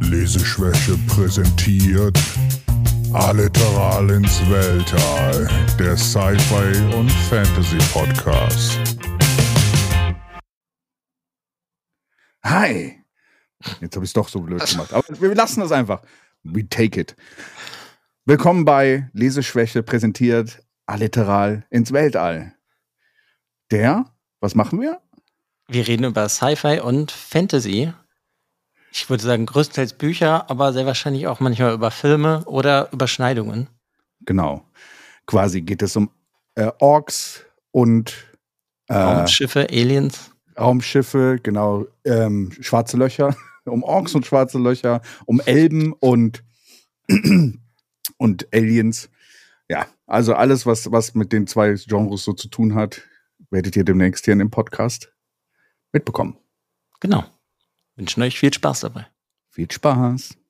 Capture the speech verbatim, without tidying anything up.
Leseschwäche präsentiert Alliteral ins Weltall, der Sci-Fi und Fantasy Podcast. Hi! Jetzt habe ich es doch so blöd gemacht. Aber wir lassen das einfach. We take it. Willkommen bei Leseschwäche präsentiert Alliteral ins Weltall. Der, was machen wir? Wir reden über Sci-Fi und Fantasy. Ich würde sagen, größtenteils Bücher, aber sehr wahrscheinlich auch manchmal über Filme oder Überschneidungen. Genau. Quasi geht es um äh, Orks und äh, Raumschiffe, Aliens. Raumschiffe, genau, ähm, schwarze Löcher, um Orks und schwarze Löcher, um Elben und, und Aliens. Ja, also alles, was, was mit den zwei Genres so zu tun hat, werdet ihr demnächst hier in dem Podcast mitbekommen. Genau. Wünschen euch viel Spaß dabei. Viel Spaß.